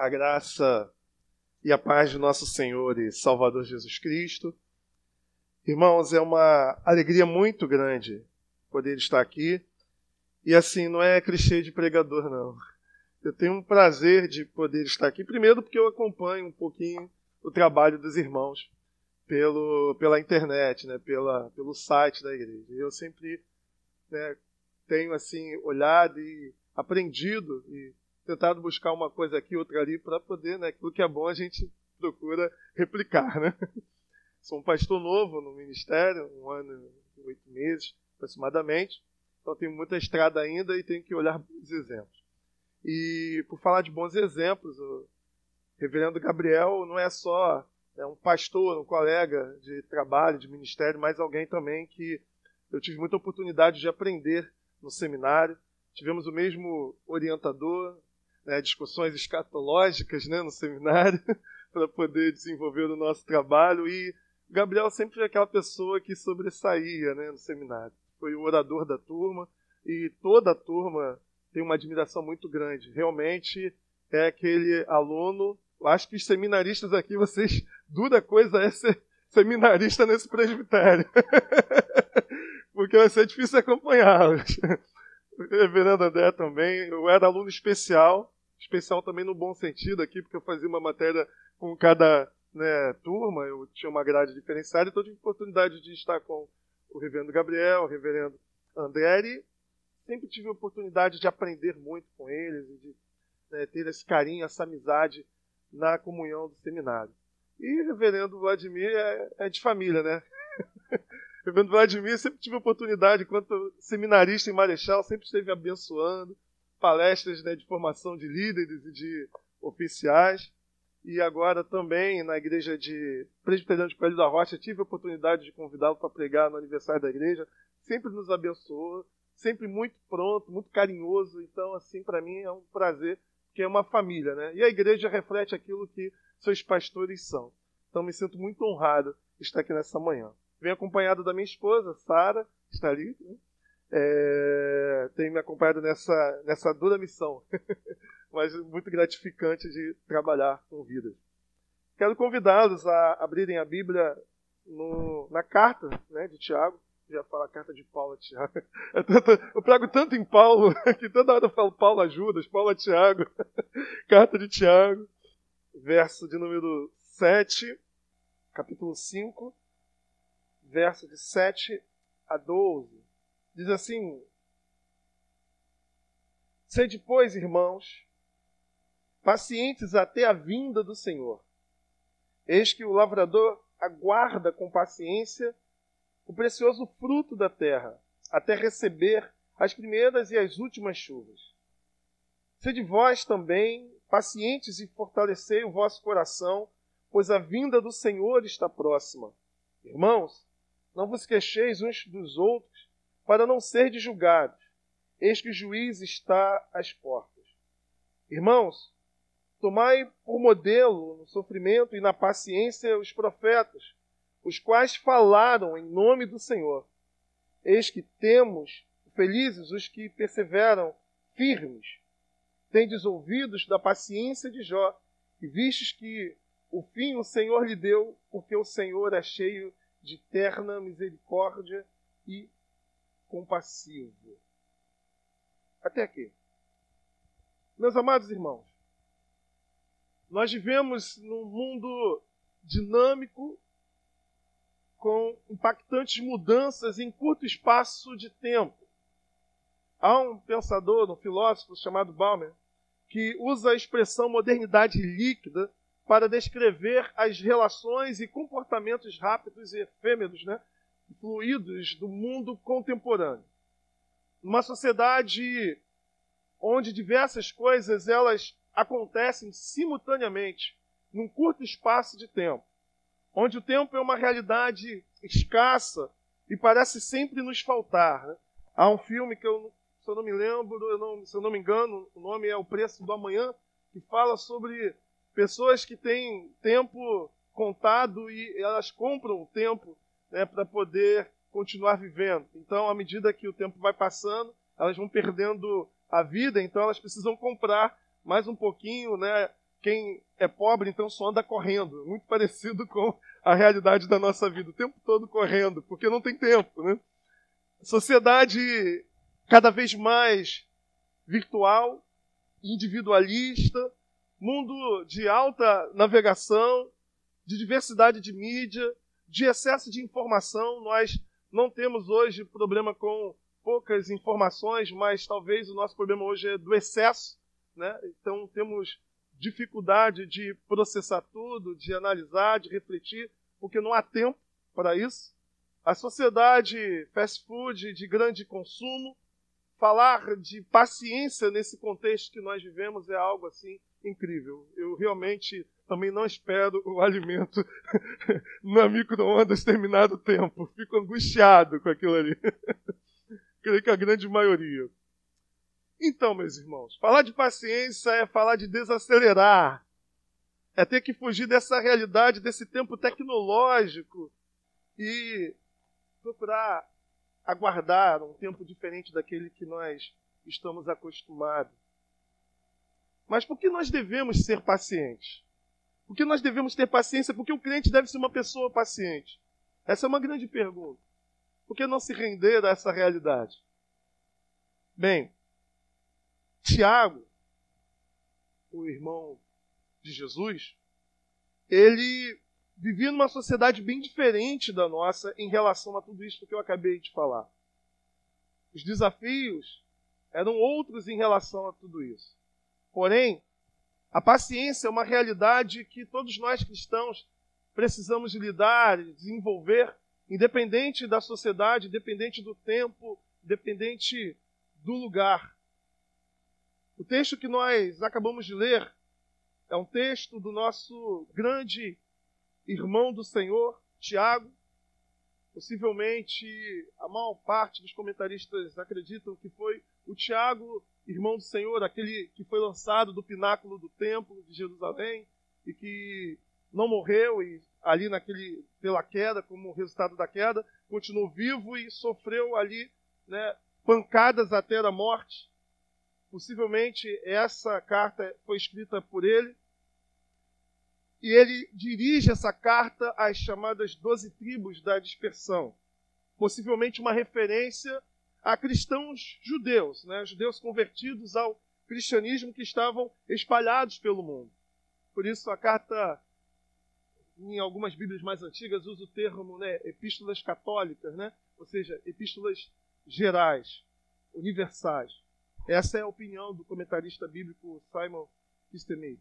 A graça e a paz de nosso Senhor e Salvador Jesus Cristo. Irmãos, é uma alegria muito grande poder estar aqui. E assim, não é clichê de pregador, não. Eu tenho um prazer de poder estar aqui. Primeiro porque eu acompanho um pouquinho o trabalho dos irmãos pela internet, né, pelo site da igreja. Eu sempre tenho assim, olhado e aprendido e tentado buscar uma coisa aqui, outra ali, para poder, aquilo que é bom a gente procura replicar, né? Sou um pastor novo no ministério, 1 ano e 8 meses aproximadamente, então tenho muita estrada ainda e tenho que olhar bons exemplos. E por falar de bons exemplos, o reverendo Gabriel não é só um pastor, um colega de trabalho, de ministério, mas alguém também que eu tive muita oportunidade de aprender no seminário. Tivemos o mesmo orientador, discussões escatológicas no seminário, para poder desenvolver o nosso trabalho. E o Gabriel sempre foi aquela pessoa que sobressaía no seminário. Foi o orador da turma e toda a turma tem uma admiração muito grande. Realmente é aquele aluno. Eu acho que os seminaristas aqui, vocês, dura coisa é ser seminarista nesse presbitério. Porque vai ser difícil acompanhá-los. O reverendo André também. Eu era aluno especial também no bom sentido aqui, porque eu fazia uma matéria com cada turma, eu tinha uma grade diferenciada, então eu tive a oportunidade de estar com o reverendo Gabriel, o reverendo André, e sempre tive a oportunidade de aprender muito com eles, e de ter esse carinho, essa amizade na comunhão do seminário. E o reverendo Vladimir é de família, né? O reverendo Vladimir sempre tive a oportunidade, enquanto seminarista em Marechal, sempre esteve abençoando, palestras de formação de líderes e de oficiais. E agora também na igreja de Presbiteriano de Coelho da Rocha, tive a oportunidade de convidá-lo para pregar no aniversário da igreja. Sempre nos abençoou, sempre muito pronto, muito carinhoso. Então, assim, para mim é um prazer, porque é uma família, né? E a igreja reflete aquilo que seus pastores são. Então, me sinto muito honrado de estar aqui nessa manhã. Venho acompanhado da minha esposa, Sara, está ali, né? Tem me acompanhado nessa dura missão, mas muito gratificante de trabalhar com vidas. Quero convidá-los a abrirem a Bíblia na carta de Tiago. Já falo a carta de Paulo a Tiago. Eu prego tanto em Paulo, que toda hora eu falo Paulo a Judas, Paulo a Tiago. Carta de Tiago, verso de número 7, capítulo 5, verso de 7 a 12. Diz assim: sede, pois, irmãos, pacientes até a vinda do Senhor. Eis que o lavrador aguarda com paciência o precioso fruto da terra, até receber as primeiras e as últimas chuvas. Sede vós também pacientes e fortalecei o vosso coração, pois a vinda do Senhor está próxima. Irmãos, não vos queixeis uns dos outros, para não serdes julgados. Eis que o juiz está às portas. Irmãos, tomai por modelo no sofrimento e na paciência os profetas, os quais falaram em nome do Senhor. Eis que temos felizes os que perseveram firmes. Tendes ouvidos da paciência de Jó, e vistes que o fim o Senhor lhe deu, porque o Senhor é cheio de terna misericórdia e compassivo. Até aqui. Meus amados irmãos, nós vivemos num mundo dinâmico, com impactantes mudanças em curto espaço de tempo. Há um pensador, um filósofo chamado Bauman, que usa a expressão modernidade líquida para descrever as relações e comportamentos rápidos e efêmeros, fluidos do mundo contemporâneo. Numa sociedade onde diversas coisas elas acontecem simultaneamente, num curto espaço de tempo, onde o tempo é uma realidade escassa e parece sempre nos faltar. Há um filme que se eu não me lembro, se eu não me engano, o nome é O Preço do Amanhã, que fala sobre pessoas que têm tempo contado e elas compram o tempo para poder continuar vivendo. Então, à medida que o tempo vai passando, elas vão perdendo a vida, então elas precisam comprar mais um pouquinho, quem é pobre, então, só anda correndo. Muito parecido com a realidade da nossa vida. O tempo todo correndo, porque não tem tempo, né? Sociedade cada vez mais virtual, individualista, mundo de alta navegação, de diversidade de mídia, de excesso de informação. Nós não temos hoje problema com poucas informações, mas talvez o nosso problema hoje é do excesso, né? Então temos dificuldade de processar tudo, de analisar, de refletir, porque não há tempo para isso. A sociedade fast food de grande consumo, falar de paciência nesse contexto que nós vivemos é algo assim incrível. Eu realmente também não espero o alimento no micro-ondas determinado tempo. Fico angustiado com aquilo ali. Creio que a grande maioria. Então, meus irmãos, falar de paciência é falar de desacelerar. É ter que fugir dessa realidade, desse tempo tecnológico e procurar aguardar um tempo diferente daquele que nós estamos acostumados. Mas por que nós devemos ser pacientes? Por que nós devemos ter paciência? Porque o crente deve ser uma pessoa paciente. Essa é uma grande pergunta. Por que não se render a essa realidade? Bem, Tiago, o irmão de Jesus, ele vivia numa sociedade bem diferente da nossa em relação a tudo isso que eu acabei de falar. Os desafios eram outros em relação a tudo isso. Porém, a paciência é uma realidade que todos nós cristãos precisamos lidar e desenvolver, independente da sociedade, independente do tempo, independente do lugar. O texto que nós acabamos de ler é um texto do nosso grande irmão do Senhor, Tiago. Possivelmente, a maior parte dos comentaristas acreditam que foi o Tiago, irmão do Senhor, aquele que foi lançado do pináculo do templo de Jerusalém e que não morreu e ali pela queda, como resultado da queda, continuou vivo e sofreu ali, né, pancadas até a morte. Possivelmente essa carta foi escrita por ele. E ele dirige essa carta às chamadas 12 tribos da dispersão. Possivelmente uma referência a cristãos judeus, né? Judeus convertidos ao cristianismo que estavam espalhados pelo mundo. Por isso a carta, em algumas Bíblias mais antigas, usa o termo, né, epístolas católicas, né? Ou seja, epístolas gerais, universais. Essa é a opinião do comentarista bíblico Simon Kistemaker.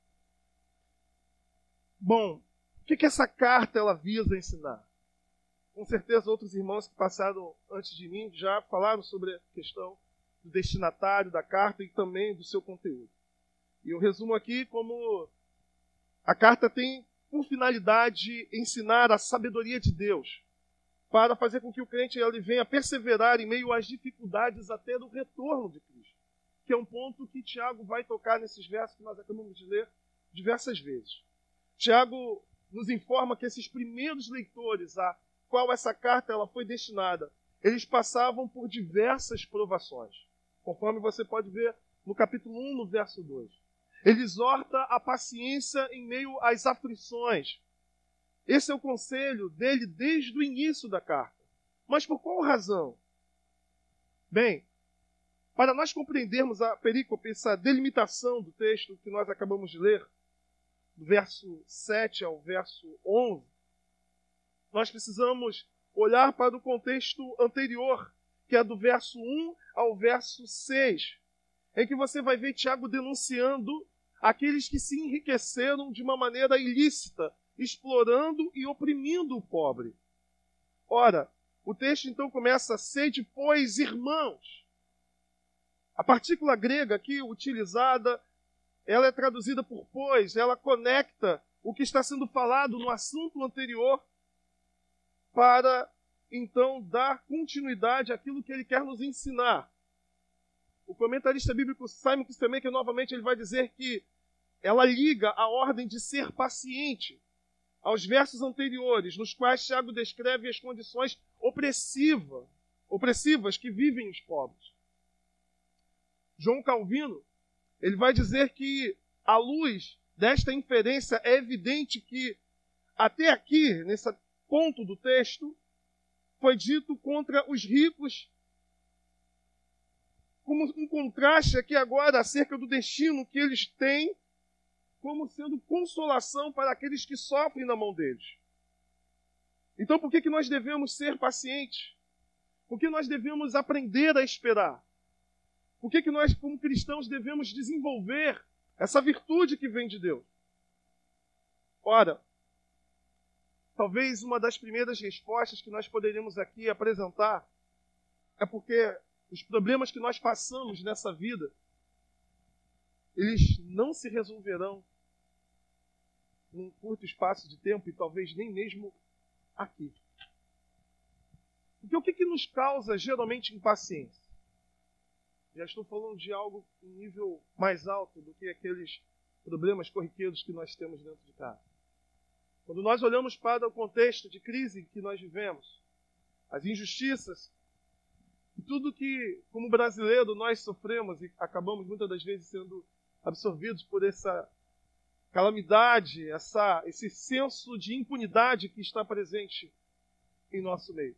Bom, o que essa carta ela visa ensinar? Com certeza outros irmãos que passaram antes de mim já falaram sobre a questão do destinatário da carta e também do seu conteúdo. E eu resumo aqui como a carta tem por finalidade ensinar a sabedoria de Deus para fazer com que o crente ele venha perseverar em meio às dificuldades até do retorno de Cristo, que é um ponto que Tiago vai tocar nesses versos que nós acabamos de ler diversas vezes. Tiago nos informa que esses primeiros leitores a qual essa carta ela foi destinada, eles passavam por diversas provações, conforme você pode ver no capítulo 1, no verso 2. Ele exorta a paciência em meio às aflições. Esse é o conselho dele desde o início da carta. Mas por qual razão? Bem, para nós compreendermos a perícope, essa delimitação do texto que nós acabamos de ler, do verso 7 ao verso 11, nós precisamos olhar para o contexto anterior, que é do verso 1 ao verso 6, em que você vai ver Tiago denunciando aqueles que se enriqueceram de uma maneira ilícita, explorando e oprimindo o pobre. Ora, o texto então começa: sede, pois, irmãos. A partícula grega aqui utilizada, ela é traduzida por pois, ela conecta o que está sendo falado no assunto anterior para, então, dar continuidade àquilo que ele quer nos ensinar. O comentarista bíblico Simon Kistemaker, novamente, ele vai dizer que ela liga a ordem de ser paciente aos versos anteriores, nos quais Tiago descreve as condições opressivas que vivem os pobres. João Calvino, ele vai dizer que, à luz desta inferência, é evidente que até aqui, nesse ponto do texto, foi dito contra os ricos, como um contraste aqui agora acerca do destino que eles têm, como sendo consolação para aqueles que sofrem na mão deles. Então, por que nós devemos ser pacientes? Por que nós devemos aprender a esperar? Por que nós, como cristãos, devemos desenvolver essa virtude que vem de Deus? Ora, talvez uma das primeiras respostas que nós poderíamos aqui apresentar é porque os problemas que nós passamos nessa vida, eles não se resolverão num curto espaço de tempo e talvez nem mesmo aqui. Porque o que nos causa geralmente impaciência? Já estou falando de algo em nível mais alto do que aqueles problemas corriqueiros que nós temos dentro de casa. Quando nós olhamos para o contexto de crise que nós vivemos, as injustiças, e tudo que, como brasileiro, nós sofremos e acabamos muitas das vezes sendo absorvidos por essa calamidade, esse senso de impunidade que está presente em nosso meio.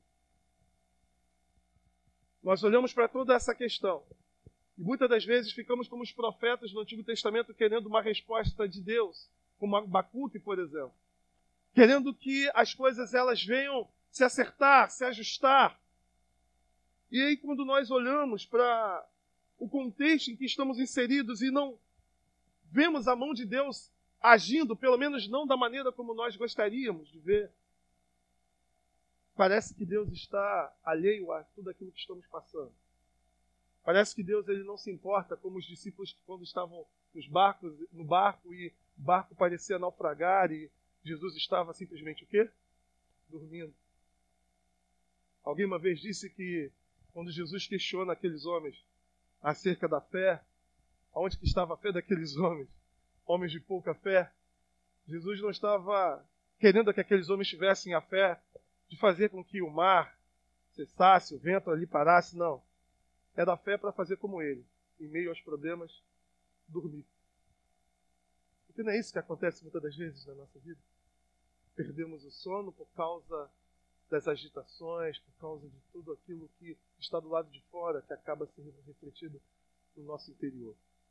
Nós olhamos para toda essa questão e muitas das vezes ficamos como os profetas do Antigo Testamento querendo uma resposta de Deus, como Abacuque, por exemplo. Querendo que as coisas elas venham se acertar, se ajustar. E aí quando nós olhamos para o contexto em que estamos inseridos e não vemos a mão de Deus agindo, pelo menos não da maneira como nós gostaríamos de ver, parece que Deus está alheio a tudo aquilo que estamos passando. Parece que Deus ele não se importa como os discípulos quando estavam no barco e o barco parecia naufragar e Jesus estava simplesmente o quê? Dormindo. Alguém uma vez disse que quando Jesus questiona aqueles homens acerca da fé, onde que estava a fé daqueles homens? Homens de pouca fé. Jesus não estava querendo que aqueles homens tivessem a fé de fazer com que o mar cessasse, o vento ali parasse, não. Era a fé para fazer como ele, em meio aos problemas, dormir. Porque não é isso que acontece muitas das vezes na nossa vida? Perdemos o sono por causa das agitações, por causa de tudo aquilo que está do lado de fora, que acaba sendo refletido no nosso interior.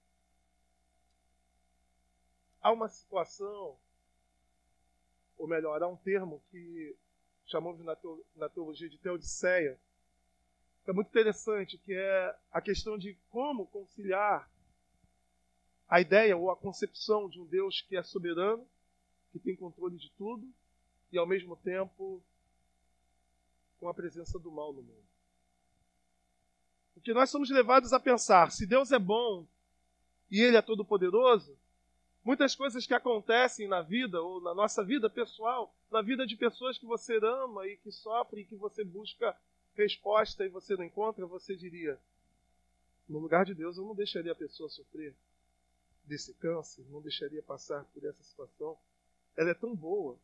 Há uma situação, ou melhor, há um termo que chamamos na teologia de teodiceia, que é muito interessante, que é a questão de como conciliar a ideia ou a concepção de um Deus que é soberano, que tem controle de tudo, e ao mesmo tempo com a presença do mal no mundo. Porque nós somos levados a pensar, se Deus é bom e Ele é todo-poderoso, muitas coisas que acontecem na vida, ou na nossa vida pessoal, na vida de pessoas que você ama e que sofrem e que você busca resposta e você não encontra, você diria, no lugar de Deus eu não deixaria a pessoa sofrer desse câncer, não deixaria passar por essa situação. Ela é tão boa.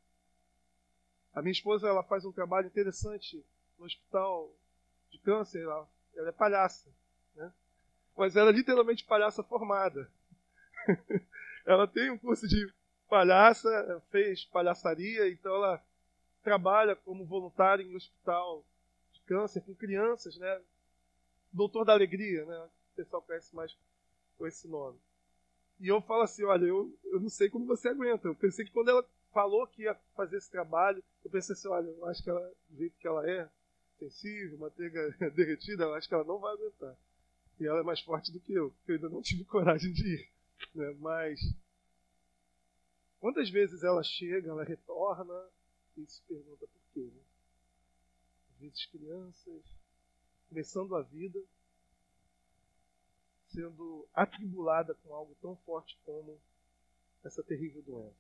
A minha esposa ela faz um trabalho interessante no hospital de câncer, ela é palhaça, né? Mas ela é literalmente palhaça formada. Ela tem um curso de palhaça, fez palhaçaria, então ela trabalha como voluntária em um hospital de câncer com crianças, né? Doutor da Alegria, né? O pessoal conhece mais com esse nome. E eu falo assim, olha, eu não sei como você aguenta. Eu pensei que quando ela falou que ia fazer esse trabalho, eu pensei assim, olha, eu acho que ela, do jeito que ela é, sensível, manteiga derretida, eu acho que ela não vai aguentar. E ela é mais forte do que eu ainda não tive coragem de ir. Né? Mas quantas vezes ela chega, ela retorna e se pergunta por quê? Né? Às vezes crianças começando a vida sendo atribulada com algo tão forte como essa terrível doença.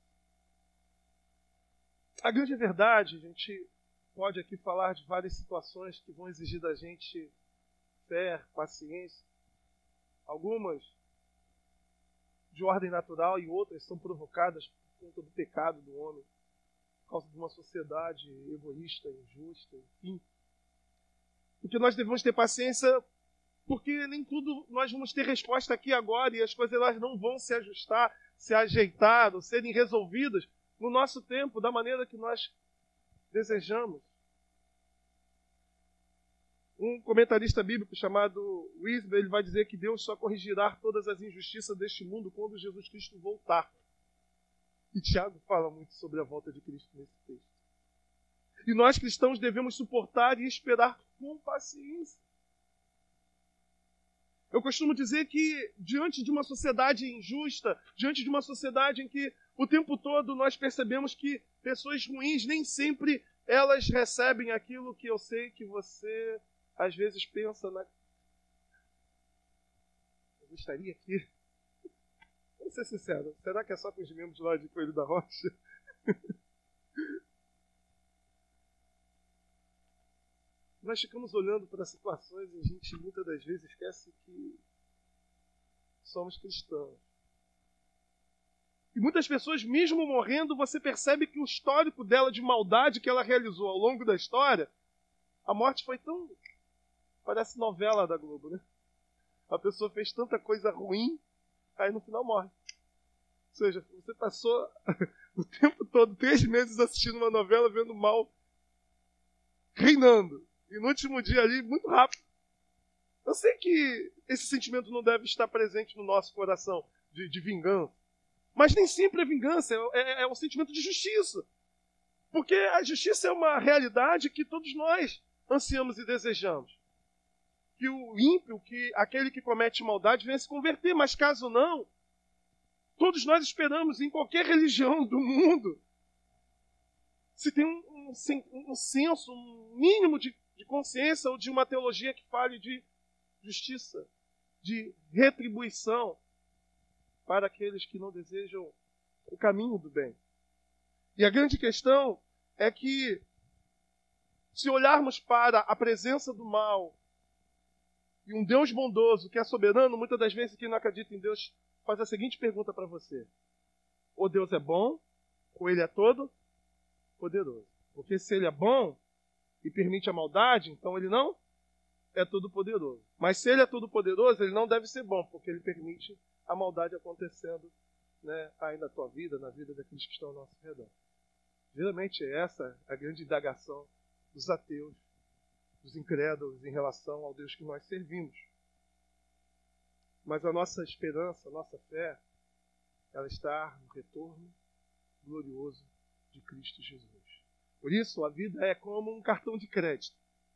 A grande verdade, a gente pode aqui falar de várias situações que vão exigir da gente fé, paciência. Algumas de ordem natural e outras são provocadas por conta do pecado do homem, por causa de uma sociedade egoísta, injusta, enfim. Porque nós devemos ter paciência, porque nem tudo nós vamos ter resposta aqui agora e as coisas elas não vão se ajustar se ajeitar ou serem resolvidas no nosso tempo, da maneira que nós desejamos. Um comentarista bíblico chamado Wisber, ele vai dizer que Deus só corrigirá todas as injustiças deste mundo quando Jesus Cristo voltar. E Tiago fala muito sobre a volta de Cristo nesse texto. E nós cristãos devemos suportar e esperar com paciência. Eu costumo dizer que diante de uma sociedade injusta, diante de uma sociedade em que o tempo todo nós percebemos que pessoas ruins nem sempre elas recebem aquilo que eu sei que você às vezes pensa na... Eu gostaria aqui... Vou ser sincero, será que é só com os membros lá de Coelho da Rocha? Nós ficamos olhando para situações e a gente muitas das vezes esquece que somos cristãos. E muitas pessoas, mesmo morrendo, você percebe que o histórico dela de maldade que ela realizou ao longo da história, a morte foi tão... Parece novela da Globo, né? A pessoa fez tanta coisa ruim, aí no final morre. Ou seja, você passou o tempo todo, 3 meses assistindo uma novela, vendo o mal reinando. E no último dia ali, muito rápido. Eu sei que esse sentimento não deve estar presente no nosso coração, de vingança. Mas nem sempre é vingança, é um sentimento de justiça. Porque a justiça é uma realidade que todos nós ansiamos e desejamos. Que o ímpio, que aquele que comete maldade, venha se converter. Mas caso não, todos nós esperamos em qualquer religião do mundo, se tem um senso, um mínimo de consciência ou de uma teologia que fale de justiça, de retribuição para aqueles que não desejam o caminho do bem. E a grande questão é que, se olharmos para a presença do mal e um Deus bondoso que é soberano, muitas das vezes quem não acredita em Deus faz a seguinte pergunta para você: ou Deus é bom, ou Ele é todo poderoso. Porque se Ele é bom e permite a maldade, então Ele não é todo poderoso. Mas se Ele é todo poderoso, Ele não deve ser bom, porque Ele permite a maldade acontecendo, né, aí na tua vida, na vida daqueles que estão ao nosso redor. Geralmente essa é a grande indagação dos ateus, dos incrédulos em relação ao Deus que nós servimos. Mas a nossa esperança, a nossa fé, ela está no retorno glorioso de Cristo Jesus. Por isso, a vida é como um cartão de crédito.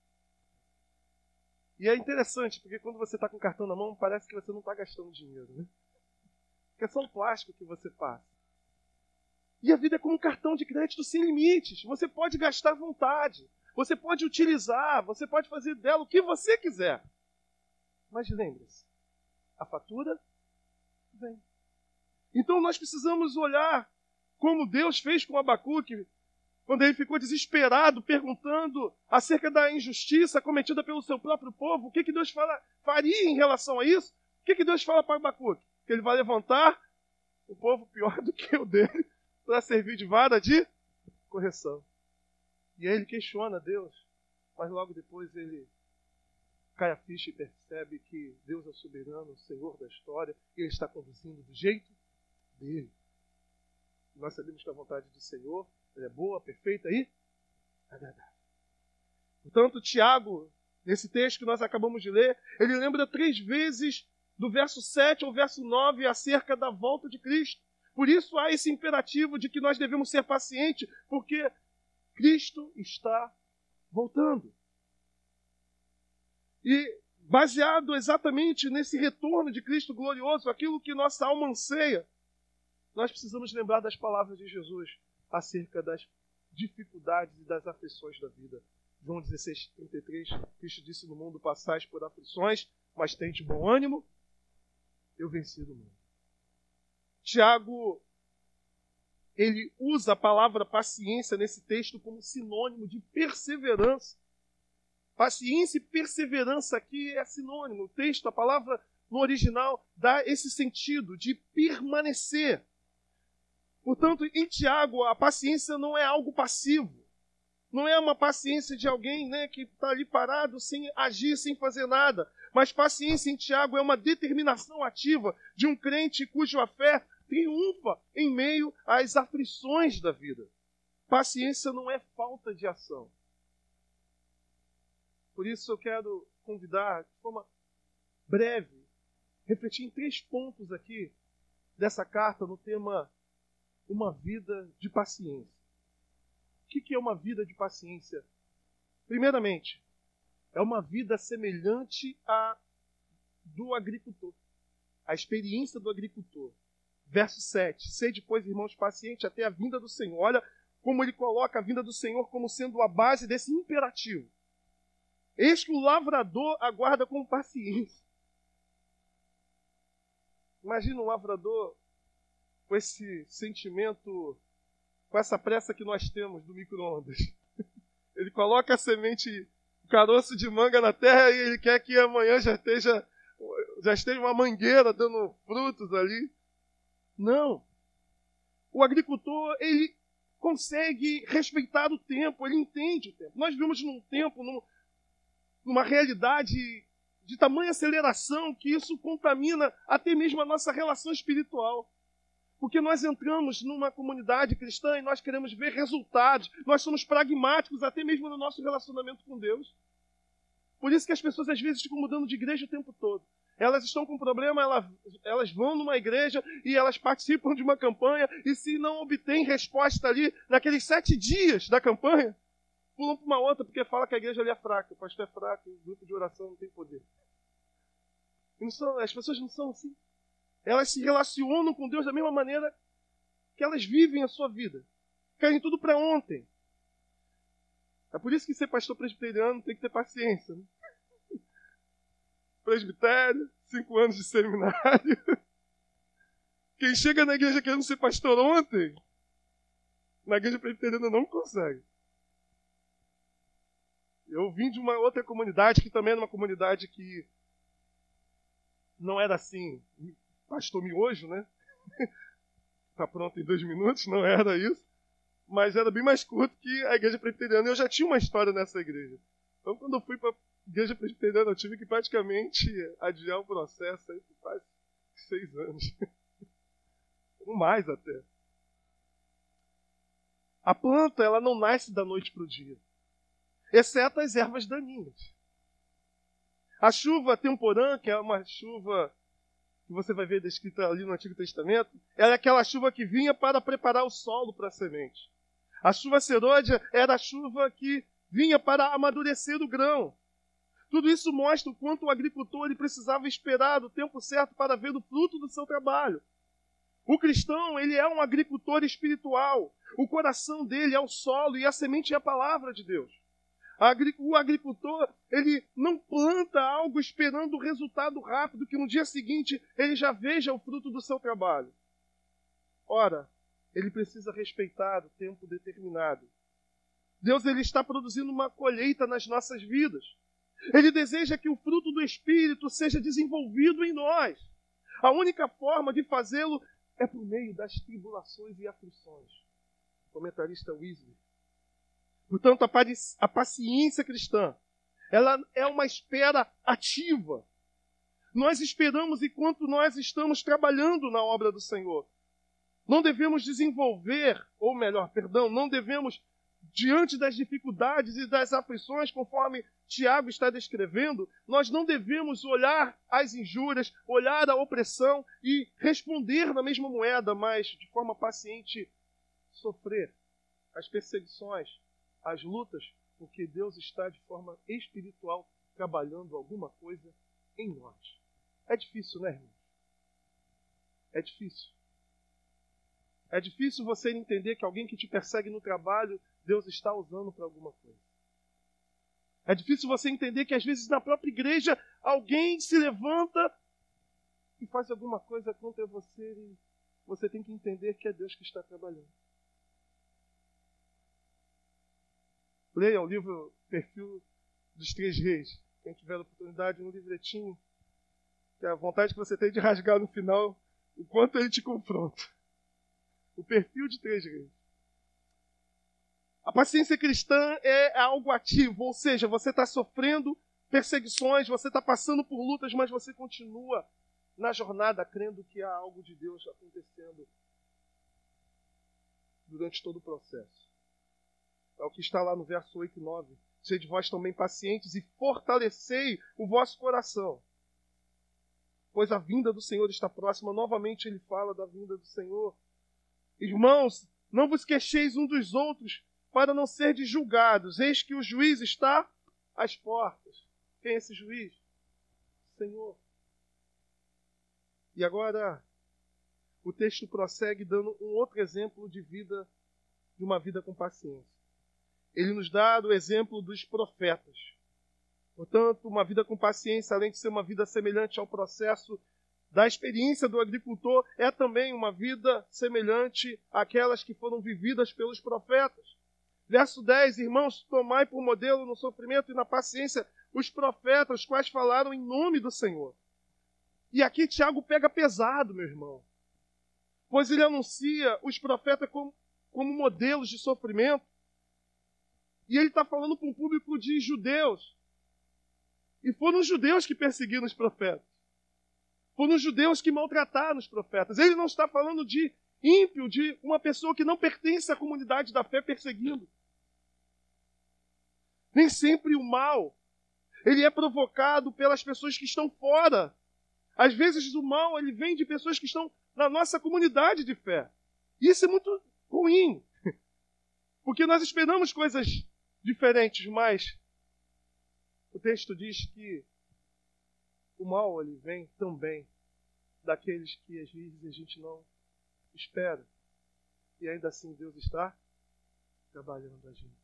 E é interessante, porque quando você está com o cartão na mão, parece que você não está gastando dinheiro, né? Porque é só um plástico que você passa. E a vida é como um cartão de crédito sem limites. Você pode gastar à vontade. Você pode utilizar. Você pode fazer dela o que você quiser. Mas lembre-se, a fatura vem. Então nós precisamos olhar como Deus fez com Abacuque, quando ele ficou desesperado, perguntando acerca da injustiça cometida pelo seu próprio povo. O que Deus faria em relação a isso? O que Deus fala para Abacuque? Que ele vai levantar um povo pior do que o dele para servir de vara de correção. E aí ele questiona Deus, mas logo depois ele cai a ficha e percebe que Deus é o soberano, o Senhor da história, e Ele está conduzindo do jeito dele. Nós sabemos que a vontade do Senhor é boa, perfeita e agradável. Portanto, Tiago, nesse texto que nós acabamos de ler, ele lembra 3 vezes do verso 7 ao verso 9 acerca da volta de Cristo. Por isso há esse imperativo de que nós devemos ser pacientes, porque Cristo está voltando. E baseado exatamente nesse retorno de Cristo glorioso, aquilo que nossa alma anseia, nós precisamos lembrar das palavras de Jesus acerca das dificuldades e das aflições da vida. João 16:33, Cristo disse: no mundo passais por aflições, mas tente bom ânimo, eu venci o mundo. Tiago, ele usa a palavra paciência nesse texto como sinônimo de perseverança. Paciência e perseverança aqui é sinônimo. O texto, a palavra no original, dá esse sentido de permanecer. Portanto, em Tiago, a paciência não é algo passivo. Não é uma paciência de alguém, né, que está ali parado, sem agir, sem fazer nada. Mas paciência em Tiago é uma determinação ativa de um crente cuja fé triunfa em meio às aflições da vida. Paciência não é falta de ação. Por isso eu quero convidar, de forma breve, refletir em 3 pontos aqui dessa carta no tema uma vida de paciência. O que é uma vida de paciência? Primeiramente, é uma vida semelhante à do agricultor. A experiência do agricultor. Verso 7. Sede, pois, irmãos, pacientes até a vinda do Senhor. Olha como ele coloca a vinda do Senhor como sendo a base desse imperativo. Eis que o lavrador aguarda com paciência. Imagina um lavrador com esse sentimento, com essa pressa que nós temos do micro-ondas. Ele coloca a semente, o caroço de manga na terra e ele quer que amanhã já esteja uma mangueira dando frutos ali. Não. O agricultor, ele consegue respeitar o tempo, ele entende o tempo. Nós vivemos num tempo, numa realidade de tamanha aceleração que isso contamina até mesmo a nossa relação espiritual. Porque nós entramos numa comunidade cristã e nós queremos ver resultados. Nós somos pragmáticos até mesmo no nosso relacionamento com Deus. Por isso que as pessoas às vezes ficam mudando de igreja o tempo todo. Elas estão com problema, elas vão numa igreja e elas participam de uma campanha e se não obtêm resposta ali naqueles 7 dias da campanha, pulam para uma outra porque fala que a igreja ali é fraca, o pastor é fraco, o grupo de oração não tem poder. As pessoas não são assim. Elas se relacionam com Deus da mesma maneira que elas vivem a sua vida. Querem tudo para ontem. É por isso que ser pastor presbiteriano tem que ter paciência. Né? Presbitério, 5 anos de seminário. Quem chega na igreja querendo ser pastor ontem, na igreja presbiteriana não consegue. Eu vim de uma outra comunidade, que também era uma comunidade que não era assim, pastor miojo, né? Tá pronto em 2 minutos, não era isso. Mas era bem mais curto que a igreja presbiteriana. Eu já tinha uma história nessa igreja. Então, quando eu fui para a igreja presbiteriana, eu tive que praticamente adiar o processo aí por quase 6 anos. Ou mais até. A planta, ela não nasce da noite para o dia. Exceto as ervas daninhas. A chuva temporã, que é uma chuva que você vai ver descrita ali no Antigo Testamento, ela é aquela chuva que vinha para preparar o solo para a semente. A chuva serôdia era a chuva que vinha para amadurecer o grão. Tudo isso mostra o quanto o agricultor ele precisava esperar o tempo certo para ver o fruto do seu trabalho. O cristão, ele é um agricultor espiritual. O coração dele é o solo e a semente é a palavra de Deus. O agricultor, ele não planta algo esperando o resultado rápido, que no dia seguinte ele já veja o fruto do seu trabalho. Ora, ele precisa respeitar o tempo determinado. Deus ele está produzindo uma colheita nas nossas vidas. Ele deseja que o fruto do Espírito seja desenvolvido em nós. A única forma de fazê-lo é por meio das tribulações e aflições. O comentarista Wesley. Portanto, a paciência cristã, ela é uma espera ativa. Nós esperamos enquanto nós estamos trabalhando na obra do Senhor. Não devemos não devemos, diante das dificuldades e das aflições, conforme Tiago está descrevendo, nós não devemos olhar as injúrias, olhar a opressão e responder na mesma moeda, mas de forma paciente sofrer as perseguições, as lutas, porque Deus está de forma espiritual trabalhando alguma coisa em nós. É difícil, né, irmão? É difícil. É difícil você entender que alguém que te persegue no trabalho, Deus está usando para alguma coisa. É difícil você entender que às vezes na própria igreja alguém se levanta e faz alguma coisa contra você e você tem que entender que é Deus que está trabalhando. Leia o livro Perfil dos 3 Reis. Quem tiver a oportunidade, um livretinho, que é a vontade que você tem de rasgar no final o quanto ele te confronta. O Perfil de 3 Reis. A paciência cristã é algo ativo, ou seja, você está sofrendo perseguições, você está passando por lutas, mas você continua na jornada crendo que há algo de Deus acontecendo durante todo o processo. É o que está lá no verso 8 e 9. Sede vós também pacientes e fortalecei o vosso coração, pois a vinda do Senhor está próxima. Novamente ele fala da vinda do Senhor. Irmãos, não vos queixeis uns dos outros, para não serdes julgados. Eis que o juiz está às portas. Quem é esse juiz? O Senhor. E agora, o texto prossegue dando um outro exemplo de vida, de uma vida com paciência. Ele nos dá o exemplo dos profetas. Portanto, uma vida com paciência, além de ser uma vida semelhante ao processo da experiência do agricultor, é também uma vida semelhante àquelas que foram vividas pelos profetas. Verso 10, irmãos, tomai por modelo no sofrimento e na paciência os profetas, os quais falaram em nome do Senhor. E aqui Tiago pega pesado, meu irmão, pois ele anuncia os profetas como modelos de sofrimento. E ele está falando para um público de judeus. E foram os judeus que perseguiram os profetas. Foram os judeus que maltrataram os profetas. Ele não está falando de ímpio, de uma pessoa que não pertence à comunidade da fé perseguindo. Nem sempre o mal, ele é provocado pelas pessoas que estão fora. Às vezes o mal, ele vem de pessoas que estão na nossa comunidade de fé. E isso é muito ruim. Porque nós esperamos coisas diferentes, mas o texto diz que o mal, ele vem também daqueles que às vezes a gente não espera. E ainda assim Deus está trabalhando a gente.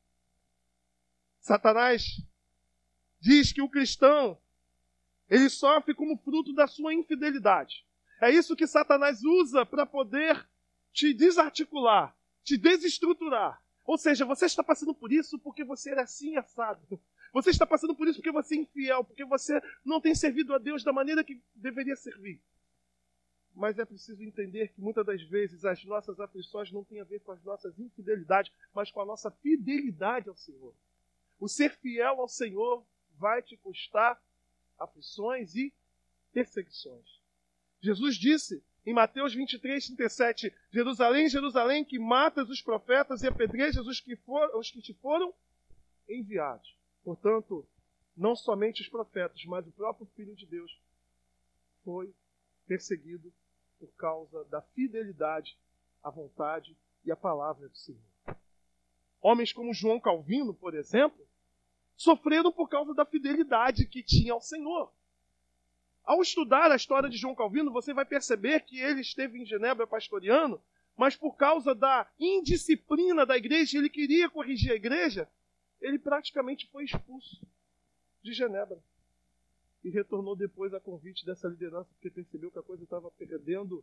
Satanás diz que o cristão, ele sofre como fruto da sua infidelidade. É isso que Satanás usa para poder te desarticular, te desestruturar. Ou seja, você está passando por isso porque você era assim assado. Você está passando por isso porque você é infiel, porque você não tem servido a Deus da maneira que deveria servir. Mas é preciso entender que muitas das vezes as nossas aflições não têm a ver com as nossas infidelidades, mas com a nossa fidelidade ao Senhor. O ser fiel ao Senhor vai te custar aflições e perseguições. Jesus disse em Mateus 23, 37, Jerusalém, Jerusalém, que matas os profetas e apedrejas os que te foram enviados. Portanto, não somente os profetas, mas o próprio Filho de Deus foi perseguido por causa da fidelidade à vontade e à palavra do Senhor. Homens como João Calvino, por exemplo, sofreram por causa da fidelidade que tinha ao Senhor. Ao estudar a história de João Calvino, você vai perceber que ele esteve em Genebra pastoreando, mas por causa da indisciplina da igreja, ele queria corrigir a igreja, ele praticamente foi expulso de Genebra. E retornou depois a convite dessa liderança, porque percebeu que a coisa estava perdendo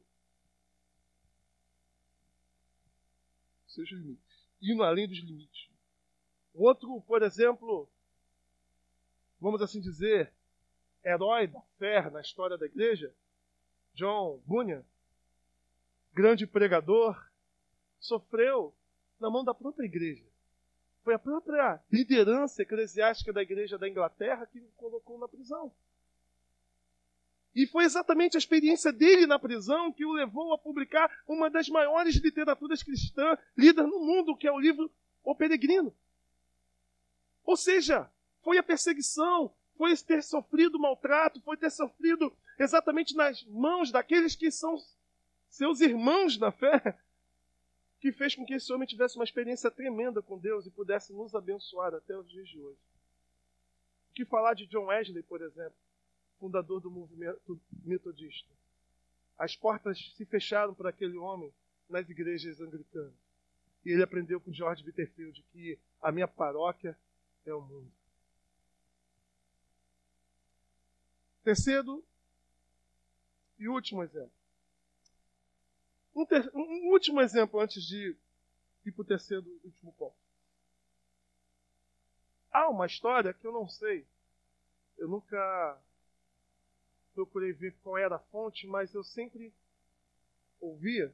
seus limites, indo além dos limites. Outro, por exemplo, vamos assim dizer, herói da fé na história da igreja, John Bunyan, grande pregador, sofreu na mão da própria igreja. Foi a própria liderança eclesiástica da igreja da Inglaterra que o colocou na prisão. E foi exatamente a experiência dele na prisão que o levou a publicar uma das maiores literaturas cristãs lidas no mundo, que é o livro O Peregrino. Ou seja, foi a perseguição, foi ter sofrido maltrato, foi ter sofrido exatamente nas mãos daqueles que são seus irmãos na fé, que fez com que esse homem tivesse uma experiência tremenda com Deus e pudesse nos abençoar até os dias de hoje. O que falar de John Wesley, por exemplo, fundador do movimento metodista? As portas se fecharam para aquele homem nas igrejas anglicanas. E ele aprendeu com George Whitefield que a minha paróquia é o mundo. Terceiro e último exemplo. Um último exemplo antes de ir para o terceiro e último ponto. Há uma história que eu não sei. Eu nunca procurei ver qual era a fonte, mas eu sempre ouvia,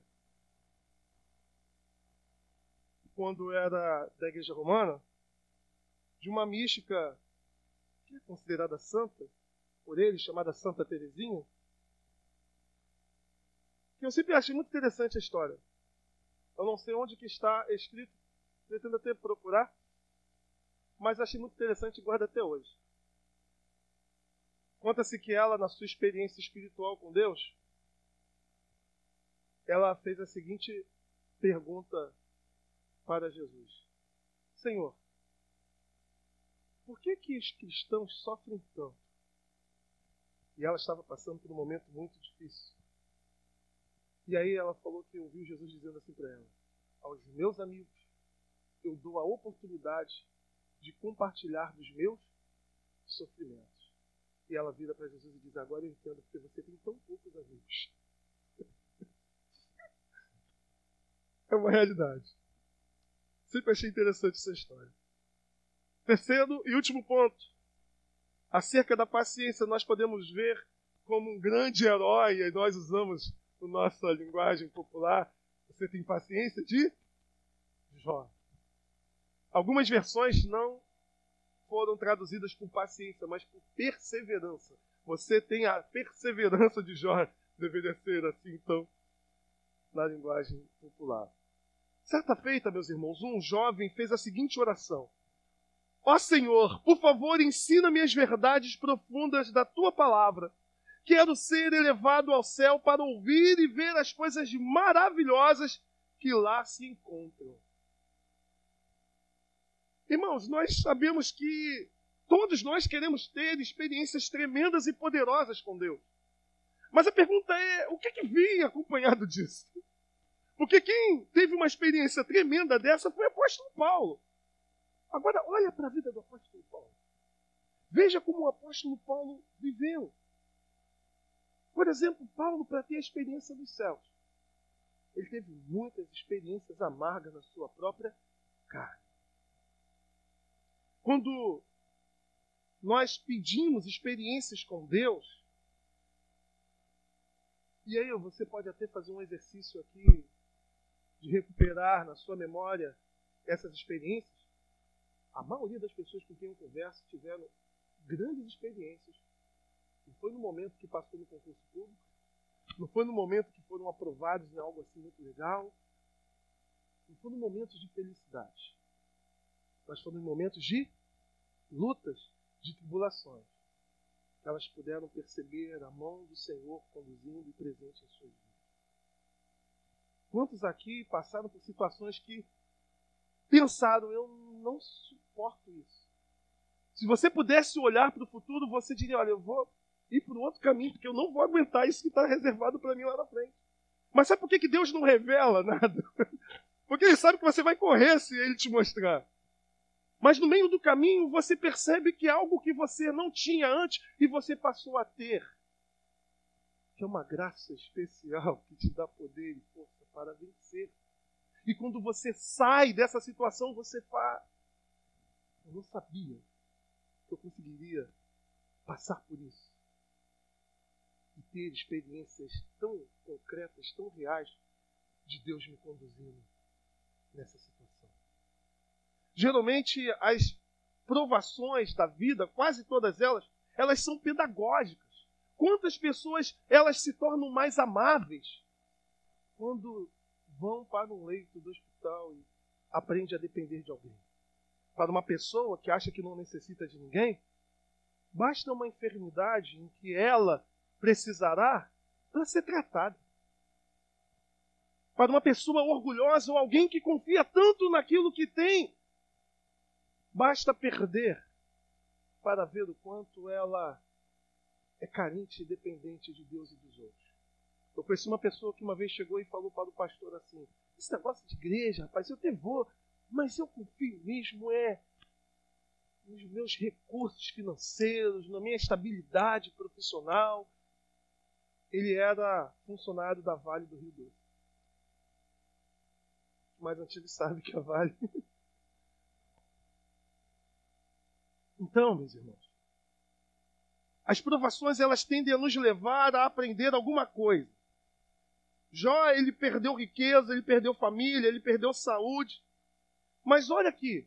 quando era da Igreja Romana, de uma mística que é considerada santa por eles, chamada Santa Teresinha, que eu sempre achei muito interessante a história. Eu não sei onde que está escrito, pretendo até procurar, mas achei muito interessante e guardo até hoje. Conta-se que ela, na sua experiência espiritual com Deus, ela fez a seguinte pergunta para Jesus: Senhor, por que os cristãos sofrem tanto? E ela estava passando por um momento muito difícil. E aí ela falou que ouviu Jesus dizendo assim para ela: aos meus amigos, eu dou a oportunidade de compartilhar dos meus sofrimentos. E ela vira para Jesus e diz: agora eu entendo porque você tem tão poucos amigos. É uma realidade. Sempre achei interessante essa história. Terceiro e último ponto. Acerca da paciência, nós podemos ver como um grande herói, e nós usamos na nossa linguagem popular, você tem paciência de Jó. Algumas versões não foram traduzidas por paciência, mas por perseverança. Você tem a perseverança de Jó, deveria ser assim, então, na linguagem popular. Certa feita, meus irmãos, um jovem fez a seguinte oração: ó Senhor, por favor, ensina-me as verdades profundas da Tua palavra. Quero ser elevado ao céu para ouvir e ver as coisas maravilhosas que lá se encontram. Irmãos, nós sabemos que todos nós queremos ter experiências tremendas e poderosas com Deus. Mas a pergunta é, o que vinha acompanhado disso? Porque quem teve uma experiência tremenda dessa foi o apóstolo Paulo. Agora, olha para a vida do apóstolo Paulo. Veja como o apóstolo Paulo viveu. Por exemplo, Paulo, para ter a experiência dos céus, ele teve muitas experiências amargas na sua própria carne. Quando nós pedimos experiências com Deus, e aí você pode até fazer um exercício aqui de recuperar na sua memória essas experiências. A maioria das pessoas com quem eu converso tiveram grandes experiências. Não foi no momento que passou no concurso público, não foi no momento que foram aprovados em algo assim muito legal, não foi no momentos de felicidade, mas foram em momentos de lutas, de tribulações. Elas puderam perceber a mão do Senhor conduzindo e presente em suas vidas. Quantos aqui passaram por situações que pensaram: eu não suporto isso. Se você pudesse olhar para o futuro, você diria: olha, eu vou ir para um outro caminho, porque eu não vou aguentar isso que está reservado para mim lá na frente. Mas sabe por que Deus não revela nada? Porque Ele sabe que você vai correr se Ele te mostrar. Mas no meio do caminho você percebe que é algo que você não tinha antes e você passou a ter. Que é uma graça especial que te dá poder e força para vencer. E quando você sai dessa situação, você fala: eu não sabia que eu conseguiria passar por isso. E ter experiências tão concretas, tão reais, de Deus me conduzindo nessa situação. Geralmente, as provações da vida, quase todas elas são pedagógicas. Quantas pessoas elas se tornam mais amáveis quando vão para um leito do hospital e aprendem a depender de alguém. Para uma pessoa que acha que não necessita de ninguém, basta uma enfermidade em que ela precisará para ser tratada. Para uma pessoa orgulhosa ou alguém que confia tanto naquilo que tem, basta perder para ver o quanto ela é carente e dependente de Deus e dos outros. Eu conheci uma pessoa que uma vez chegou e falou para o pastor assim: esse negócio de igreja, rapaz, eu até vou, mas eu confio mesmo nos meus recursos financeiros, na minha estabilidade profissional. Ele era funcionário da Vale do Rio Doce. Os mais antigos sabem que a Vale... Então, meus irmãos, as provações elas tendem a nos levar a aprender alguma coisa. Jó, ele perdeu riqueza, ele perdeu família, ele perdeu saúde. Mas olha aqui,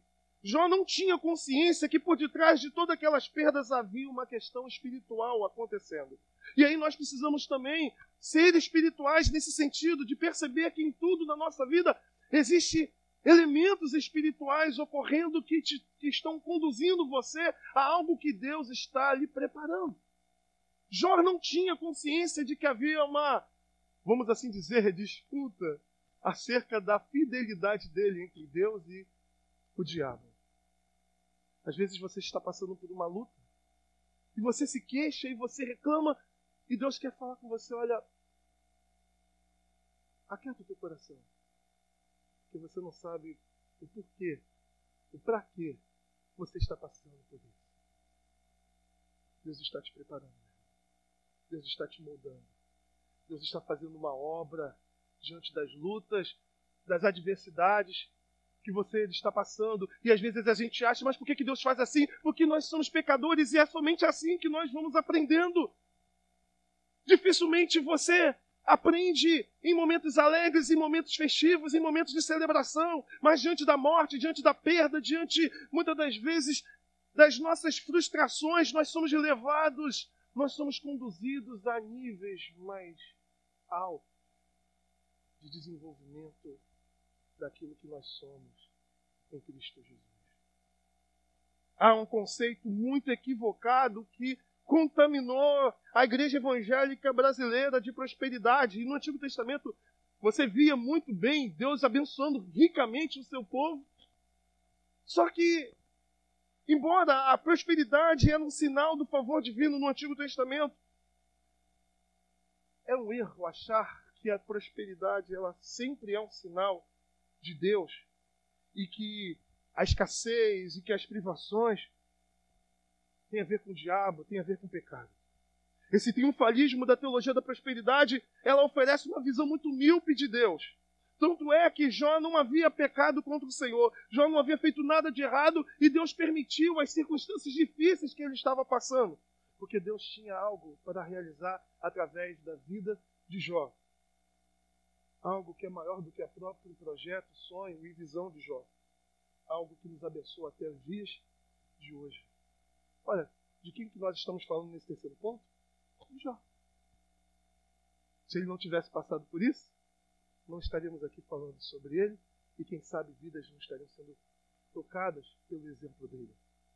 Jó não tinha consciência que por detrás de todas aquelas perdas havia uma questão espiritual acontecendo. E aí nós precisamos também ser espirituais nesse sentido, de perceber que em tudo na nossa vida existe elementos espirituais ocorrendo que estão conduzindo você a algo que Deus está lhe preparando. Jó não tinha consciência de que havia uma, vamos assim dizer, disputa acerca da fidelidade dele entre Deus e o diabo. Às vezes você está passando por uma luta e você se queixa e você reclama e Deus quer falar com você, olha, aquieta o teu coração, porque você não sabe o porquê, o para quê você está passando por isso. Deus está te preparando, Deus está te moldando, Deus está fazendo uma obra diante das lutas, das adversidades que você está passando, e às vezes a gente acha, mas por que Deus faz assim? Porque nós somos pecadores e é somente assim que nós vamos aprendendo. Dificilmente você aprende em momentos alegres, em momentos festivos, em momentos de celebração, mas diante da morte, diante da perda, diante, muitas das vezes, das nossas frustrações, nós somos levados, nós somos conduzidos a níveis mais altos de desenvolvimento daquilo que nós somos em Cristo Jesus. Há um conceito muito equivocado que contaminou a igreja evangélica brasileira de prosperidade. E no Antigo Testamento você via muito bem Deus abençoando ricamente o seu povo. Só que, embora a prosperidade era um sinal do favor divino no Antigo Testamento, é um erro achar que a prosperidade ela sempre é um sinal de Deus e que a escassez e que as privações têm a ver com o diabo, têm a ver com o pecado. Esse triunfalismo da teologia da prosperidade, ela oferece uma visão muito míope de Deus. Tanto é que Jó não havia pecado contra o Senhor, Jó não havia feito nada de errado e Deus permitiu as circunstâncias difíceis que ele estava passando, porque Deus tinha algo para realizar através da vida de Jó. Algo que é maior do que o próprio projeto, sonho e visão de Jó. Algo que nos abençoa até os dias de hoje. Olha, de quem que nós estamos falando nesse terceiro ponto? De Jó. Se ele não tivesse passado por isso, não estaríamos aqui falando sobre ele e quem sabe vidas não estariam sendo tocadas pelo exemplo dele.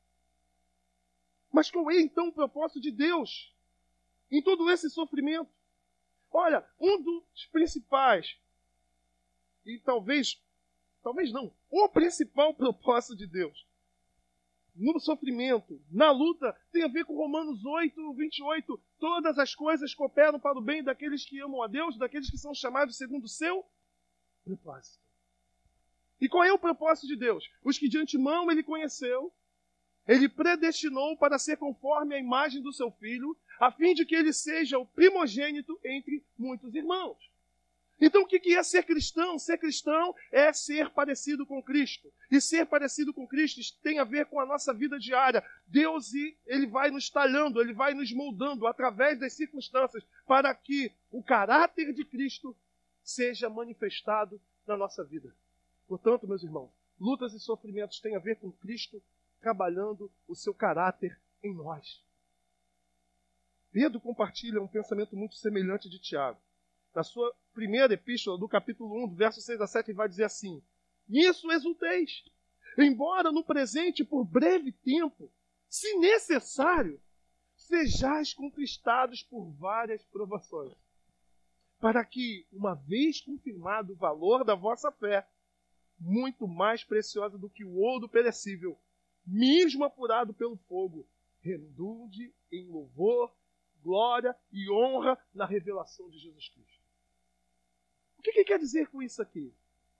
Mas qual é então o propósito de Deus em todo esse sofrimento? Olha, um dos principais, e talvez não, o principal propósito de Deus no sofrimento, na luta, tem a ver com Romanos 8, 28. Todas as coisas cooperam para o bem daqueles que amam a Deus, daqueles que são chamados segundo o seu propósito. E qual é o propósito de Deus? Os que de antemão ele conheceu, ele predestinou para ser conforme a imagem do seu Filho, a fim de que ele seja o primogênito entre muitos irmãos. Então o que é ser cristão? Ser cristão é ser parecido com Cristo. E ser parecido com Cristo tem a ver com a nossa vida diária. Deus, ele vai nos talhando, ele vai nos moldando através das circunstâncias para que o caráter de Cristo seja manifestado na nossa vida. Portanto, meus irmãos, lutas e sofrimentos têm a ver com Cristo trabalhando o seu caráter em nós. Pedro compartilha um pensamento muito semelhante de Tiago. Na sua primeira epístola, do capítulo 1, do verso 6 a 7, ele vai dizer assim: nisso exulteis, embora no presente, por breve tempo, se necessário, sejais conquistados por várias provações, para que, uma vez confirmado o valor da vossa fé, muito mais preciosa do que o ouro perecível, mesmo apurado pelo fogo, redunde em louvor, glória e honra na revelação de Jesus Cristo. O que quer dizer com isso aqui?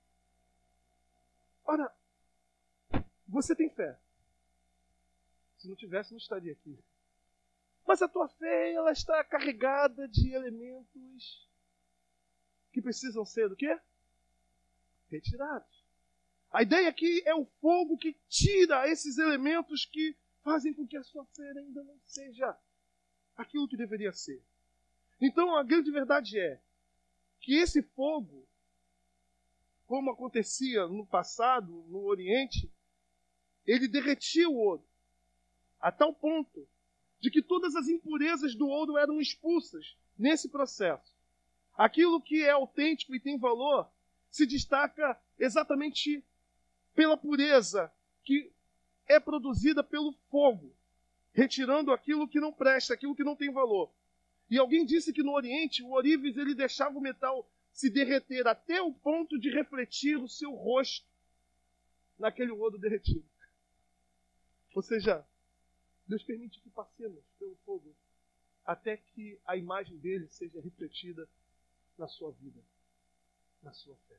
Ora, você tem fé. Se não tivesse, não estaria aqui. Mas a tua fé, ela está carregada de elementos que precisam ser do quê? Retirados. A ideia aqui é o fogo que tira esses elementos que fazem com que a sua fé ainda não seja aquilo que deveria ser. Então, a grande verdade é que esse fogo, como acontecia no passado, no Oriente, ele derretia o ouro, a tal ponto de que todas as impurezas do ouro eram expulsas nesse processo. Aquilo que é autêntico e tem valor se destaca exatamente pela pureza que é produzida pelo fogo, retirando aquilo que não presta, aquilo que não tem valor. E alguém disse que no Oriente, o ourives ele deixava o metal se derreter até o ponto de refletir o seu rosto naquele ouro derretido. Ou seja, Deus permite que passemos pelo fogo até que a imagem dele seja refletida na sua vida, na sua fé.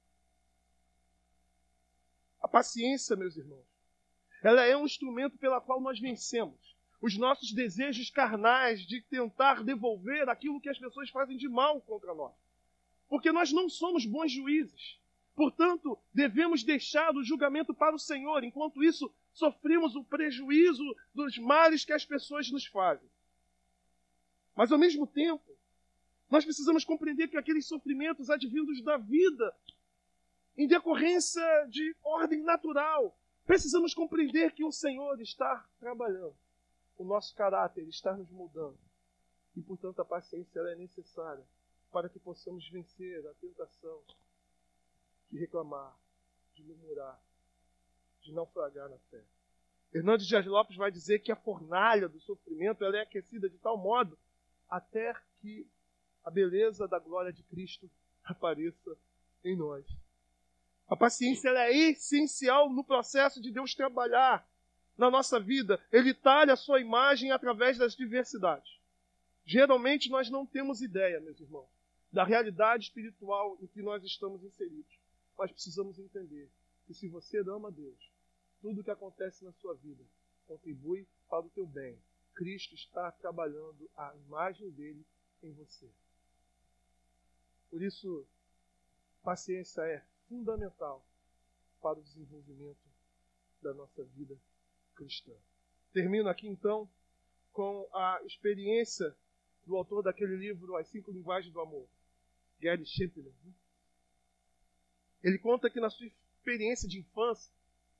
A paciência, meus irmãos, ela é um instrumento pela qual nós vencemos os nossos desejos carnais de tentar devolver aquilo que as pessoas fazem de mal contra nós. Porque nós não somos bons juízes. Portanto, devemos deixar o julgamento para o Senhor. Enquanto isso, sofremos o prejuízo dos males que as pessoas nos fazem. Mas, ao mesmo tempo, nós precisamos compreender que aqueles sofrimentos advindos da vida, em decorrência de ordem natural, precisamos compreender que o Senhor está trabalhando. O nosso caráter está nos mudando. E, portanto, a paciência ela é necessária para que possamos vencer a tentação de reclamar, de murmurar, de naufragar na fé. Hernandes Dias Lopes vai dizer que a fornalha do sofrimento ela é aquecida de tal modo até que a beleza da glória de Cristo apareça em nós. A paciência ela é essencial no processo de Deus trabalhar na nossa vida. Ele talha a sua imagem através das diversidades. Geralmente nós não temos ideia, meus irmãos, da realidade espiritual em que nós estamos inseridos. Mas precisamos entender que se você ama a Deus, tudo o que acontece na sua vida contribui para o teu bem. Cristo está trabalhando a imagem dele em você. Por isso, paciência é fundamental para o desenvolvimento da nossa vida cristã. Termino aqui então com a experiência do autor daquele livro As 5 Linguagens do Amor, Gary Chapman. Ele conta que na sua experiência de infância,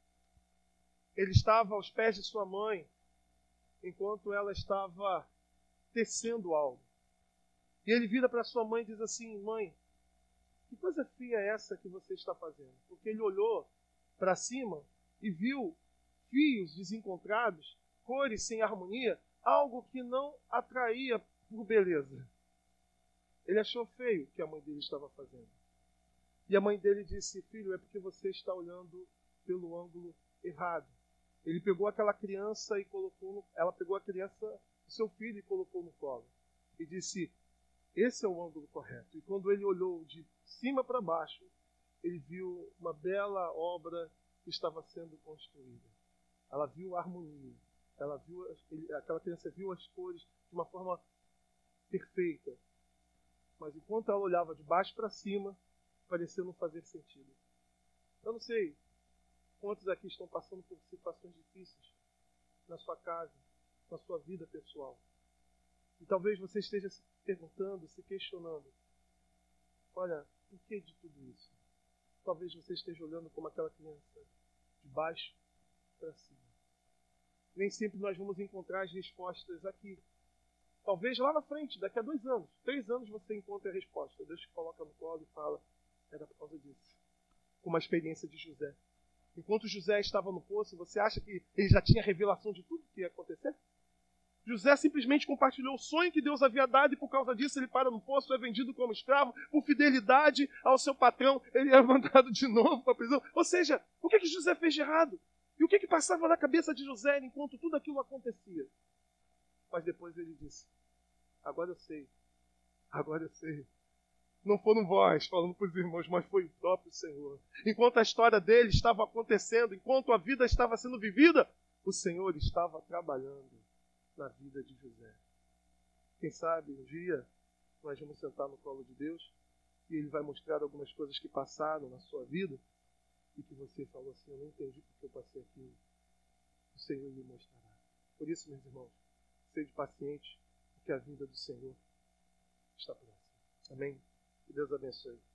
ele estava aos pés de sua mãe enquanto ela estava tecendo algo. E ele vira para sua mãe e diz assim: mãe, que coisa feia é essa que você está fazendo? Porque ele olhou para cima e viu fios desencontrados, cores sem harmonia, algo que não atraía por beleza. Ele achou feio o que a mãe dele estava fazendo. E a mãe dele disse: filho, é porque você está olhando pelo ângulo errado. Ele pegou aquela criança e ela pegou a criança, seu filho, e colocou no colo. E disse: esse é o ângulo correto. E quando ele olhou de cima para baixo, ele viu uma bela obra que estava sendo construída. Ela viu a harmonia. Aquela criança viu as cores de uma forma perfeita. Mas enquanto ela olhava de baixo para cima, parecia não fazer sentido. Eu não sei quantos aqui estão passando por situações difíceis na sua casa, na sua vida pessoal. E talvez você esteja se perguntando, se questionando: olha, por que de tudo isso? Talvez você esteja olhando como aquela criança, de baixo para cima. Nem sempre nós vamos encontrar as respostas aqui. Talvez lá na frente, daqui a 2 anos, 3 anos, você encontre a resposta. Deus te coloca no colo e fala: era por causa disso. Como a experiência de José. Enquanto José estava no poço, você acha que ele já tinha revelação de tudo que ia acontecer? José simplesmente compartilhou o sonho que Deus havia dado e por causa disso ele para no poço, é vendido como escravo. Por fidelidade ao seu patrão, ele é mandado de novo para a prisão. Ou seja, o que José fez de errado? E o que passava na cabeça de José enquanto tudo aquilo acontecia? Mas depois ele disse: agora eu sei. Não foram vós falando para os irmãos, mas foi o próprio Senhor. Enquanto a história dele estava acontecendo, enquanto a vida estava sendo vivida, o Senhor estava trabalhando na vida de José. Quem sabe um dia nós vamos sentar no colo de Deus e Ele vai mostrar algumas coisas que passaram na sua vida e que você falou assim: eu não entendi porque eu passei aquilo. O Senhor lhe mostrará. Por isso, meus irmãos, sede paciente, porque a vinda do Senhor está próxima. Amém? Que Deus abençoe.